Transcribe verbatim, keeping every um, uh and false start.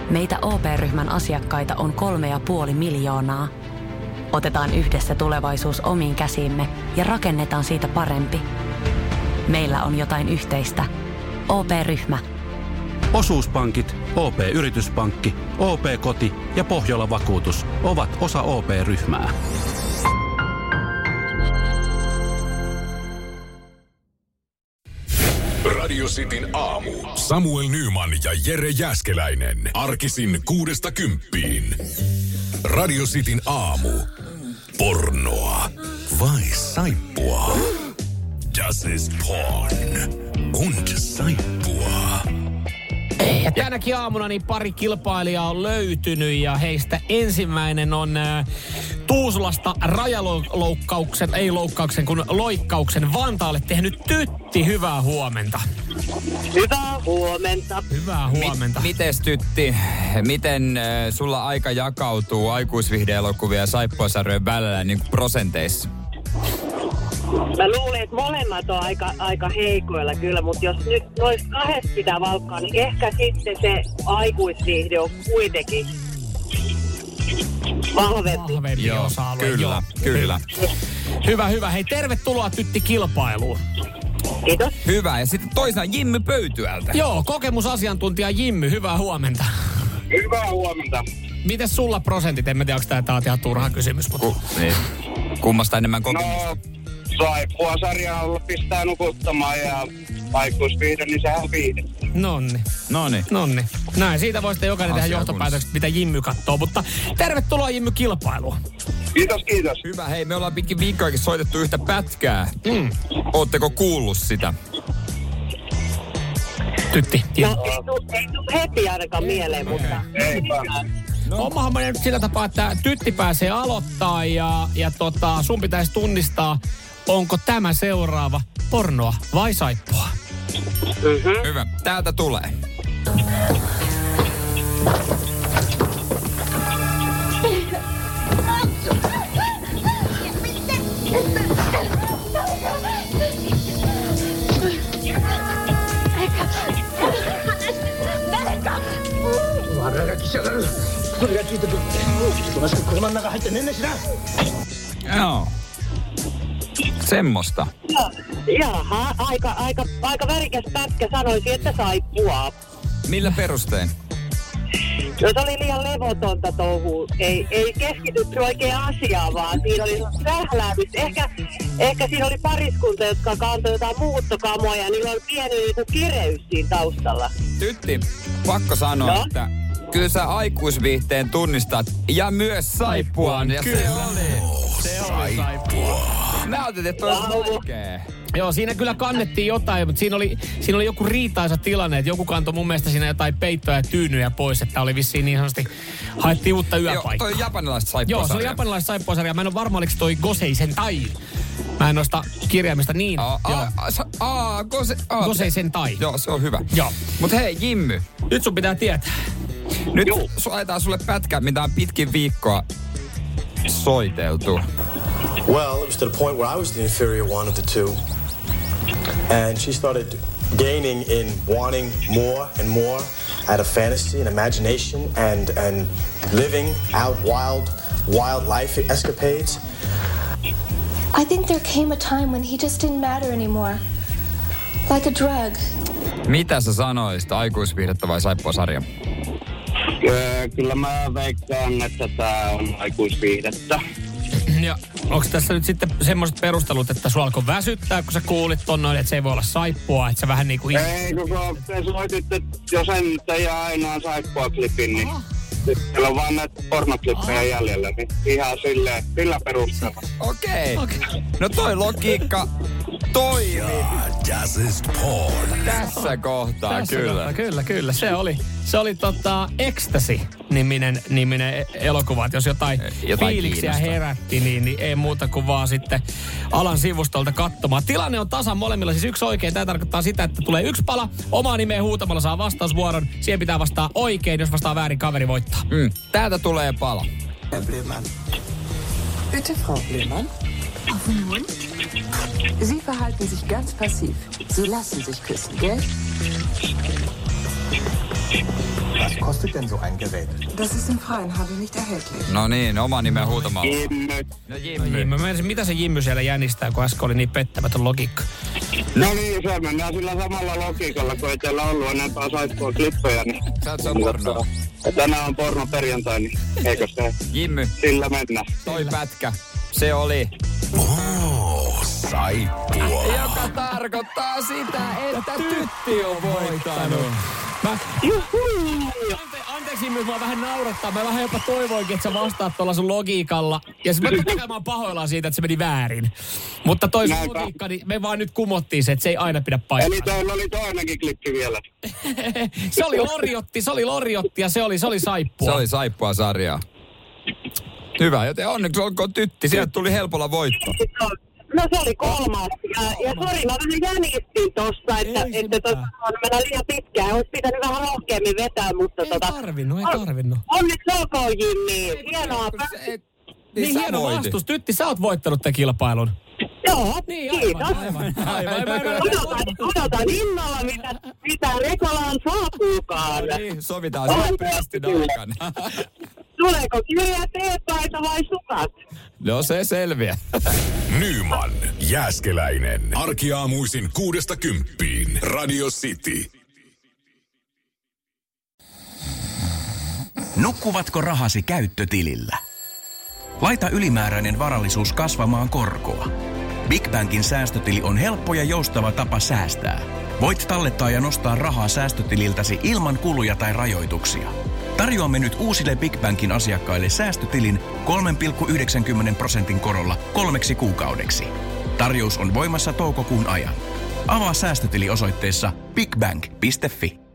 Meitä O P-ryhmän asiakkaita on kolme ja puoli miljoonaa. Otetaan yhdessä tulevaisuus omiin käsiimme ja rakennetaan siitä parempi. Meillä on jotain yhteistä. O P-ryhmä. Osuuspankit, O P-yrityspankki, O P-koti ja Pohjola Vakuutus ovat osa O P-ryhmää. Radio Cityn aamu. Samuel Nyman ja Jere Jääskeläinen. Arkisin kuudesta kymppiin. Radio Cityn aamu. Pornoa vai saippua? Das ist porn. Und saippua. Ja tänäkin aamuna niin pari kilpailijaa on löytynyt ja heistä ensimmäinen on äh, Tuusulasta rajaloukkauksen, ei loukkauksen, kun loikkauksen Vantaalle tehnyt Tytti. Hyvää huomenta. Hyvää huomenta. Hyvää huomenta. M- mites Tytti, miten äh, sulla aika jakautuu aikuisviihde-elokuvia ja saippuasarjojen välillä niin kuin prosenteissa? Mä luulen, että molemmat on aika, aika heikoilla kyllä, mutta jos nyt noista kahdesta pitää valkkaa, niin ehkä sitten se aikuisviihde on kuitenkin vahvempi. Vahvempi Joo, osa-alue. kyllä, Joo. kyllä. Hyvä, hyvä. Hei, tervetuloa Tytti kilpailuun. Kiitos. Hyvä. Ja sitten toisena Jimmy Pöytyältä. Joo, kokemusasiantuntija Jimmy, hyvää huomenta. Hyvää huomenta. Mites sulla prosentit? En mä tiedä, onko tää, tää on ihan turha kysymys. Mutta... Ku, niin. Kummasta enemmän kokemusta? No, saippua-sarjalla pistää nukuttamaan ja aikuisviihde, niin sehän on viihde. Nonni. Noniin. Nonni. Näin, siitä voi sitten jokainen tehdä Asia johtopäätökset, mitä Jimmy katsoo. Mutta tervetuloa Jimmy kilpailuun. Kiitos, kiitos. Hyvä. Hei, me ollaan pitkin viikkoakin soitettu yhtä pätkää. Mm. Ootteko kuullut sitä? Tytti. No, ei tuu, ei tuu heti ainakaan mieleen, mutta... Eipä. No. Omahan mä nyt sillä tapaa, että Tytti pääsee aloittaa ja, ja tota, sun pitäisi tunnistaa, onko tämä seuraava pornoa vai saippua. Mm-hmm. Hyvä. Täältä tulee. Joo. Semmosta. Jaha, aika, aika, aika värikäs pätkä, sanoisin, että saippua. Millä perustein? No, se oli liian levotonta touhua. Ei, ei keskitytty oikein asiaan, vaan siinä oli sähläämistä. Ehkä, ehkä siinä oli pariskunta, jotka kantoi jotain muuttokamoja ja niillä oli pieni niinku kireys siinä taustalla. Tytti, pakko sanoa, no? että kyllä sä aikuisviihteen tunnistat ja myös saippuaan. Ja Kyllä. se oli. Se oli saippua. Mä ajattelin, että toi olisi vaikea. Joo, siinä kyllä kannettiin jotain, mutta siinä oli, siinä oli joku riitaisa tilanne, että joku kantoi mun mielestä siinä jotain peittoja ja tyynyjä pois, että oli vissiin niin sanotusti, haettiin uutta yöpaikkaa. Joo, toi on japanilaista saippuasarja. Joo, se on japanilaista saippuasarja. Mä en ole varma, oliko toi Goseisen tai. Mä en noista kirjaimista niin. Aa, aa, aa, gose, aa, Goseisen tai. Joo, se on hyvä. Joo. Mut hei, Jimmy. Nyt sun pitää tietää. Nyt su- ajetaan sulle pätkä, mitä on pitkin viikkoa soiteltu. Well, it was to the point where I was the inferior one of the two. And she started gaining in wanting more and more out of fantasy and imagination and, and living out wild, wild life escapades. I think there came a time when he just didn't matter anymore. Like a drug. Mitä sä sanoisit, aikuisviihdettä vai saippuasarja? Kyllä mä veikkaan, että tää on aikuisviihdettä. Ja onko tässä nyt sitten semmoiset perustelut, että sua alkoi väsyttää, kun sä kuulit ton noin, että se ei voi olla saippua, että sä vähän niinku... Ei, kun te soititte jo sen teidän ainoan saippua-klipin, niin siellä on vaan näitä pornoklippejä jäljellä, niin ihan silleen, sillä perusteella. Okei. Okay. Okay. No toi logiikka toimi. Das ist porn. Tässä kohtaa, Tässä kyllä. Kohtaa, kyllä, kyllä. Se oli, se oli tota Ecstasy-niminen niminen elokuva. Että jos jotain, jotain fiiliksiä kiinnostaa. herätti, niin, niin ei muuta kuin vaan sitten alan sivustolta katsomaan. Tilanne on tasan molemmilla, siis yksi oikein. Tämä tarkoittaa sitä, että tulee yksi pala. Omaa nimeä huutamalla saa vastausvuoron. Siihen pitää vastaa oikein, jos vastaa väärin, kaveri voittaa. Mm. Täältä tulee pala. Blömann. Bitte, Frau Blömann. Auf den Mund. Sie verhalten sich ganz passiv. Sie lassen sich küssen, gell? Was kostet denn so ein Gerät? Das ist im freien Handel nicht erhältlich. No niin, oma nimen huutamalla. Jimmy. No Jimmy. Mä menisin, mitä se Jimmy siellä jännistää, kun äsken oli niin pettämätön logiikka. No niin, se mennään sillä samalla logiikalla, kun ei teillä ollut enempää saippua klippejä. Niin... Sä oot se on porno. Ja tänään on porno perjantai, niin eikö se? Jimmy. Sillä mennään. Toi pätkä. Se oli... Oh, saippua. Joka tarkoittaa sitä, että tytti on voittanut. Mä... Ante, anteeksi, Jimmy, mä vähän naurattaa. Mä vähän jopa toivoinkin, että sä vastaat tuolla sun logiikalla. Ja sit mä totta mä oon pahoillaan siitä, että se meni väärin. Mutta toi sun logiikka, niin me vaan nyt kumottiin se, että se ei aina pidä paikkaa. Eli toilla oli toinenkin klikki vielä. Se oli loriotti, se oli loriotti ja se oli, se oli saippua. Se oli saippua sarjaa. Hyvä, joten onneksi olkoon tytti. Sieltä tuli helpolla voitto. No se oli kolmas. Ja, ja sori, mä vähän jänistin tossa, että, että tossa on mennä liian pitkään. Olisi pitänyt vähän rohkeammin vetää, mutta ei tota... tarvinnut, ei tarvinnut. Onneksi olkoon, Jimmy. Hienoa. Niin, niin hieno vastus. Tytti, sä oot voittanut tämän kilpailun. Joo, niin, kiitos. Aivan, aivan, aivan, aivan, aivan. Odotan, odotan innolla, mitä, mitä Rekolaan saapuukaan. No niin, sovitaan nopeasti aikana. Tuleeko kirja, teepaita vai sukat? No se selviää. Nyman, Jääskeläinen. Arkiaamuisin kuudesta kymppiin. Radio City. Nukkuvatko rahasi käyttötilillä? Laita ylimääräinen varallisuus kasvamaan korkoa. Big Bankin säästötili on helppo ja joustava tapa säästää. Voit tallettaa ja nostaa rahaa säästötililtäsi ilman kuluja tai rajoituksia. Tarjoamme nyt uusille Big Bankin asiakkaille säästötilin kolme pilkku yhdeksänkymmentä prosentin korolla kolmeksi kuukaudeksi. Tarjous on voimassa toukokuun ajan. Avaa säästötili osoitteessa bigbank piste fi.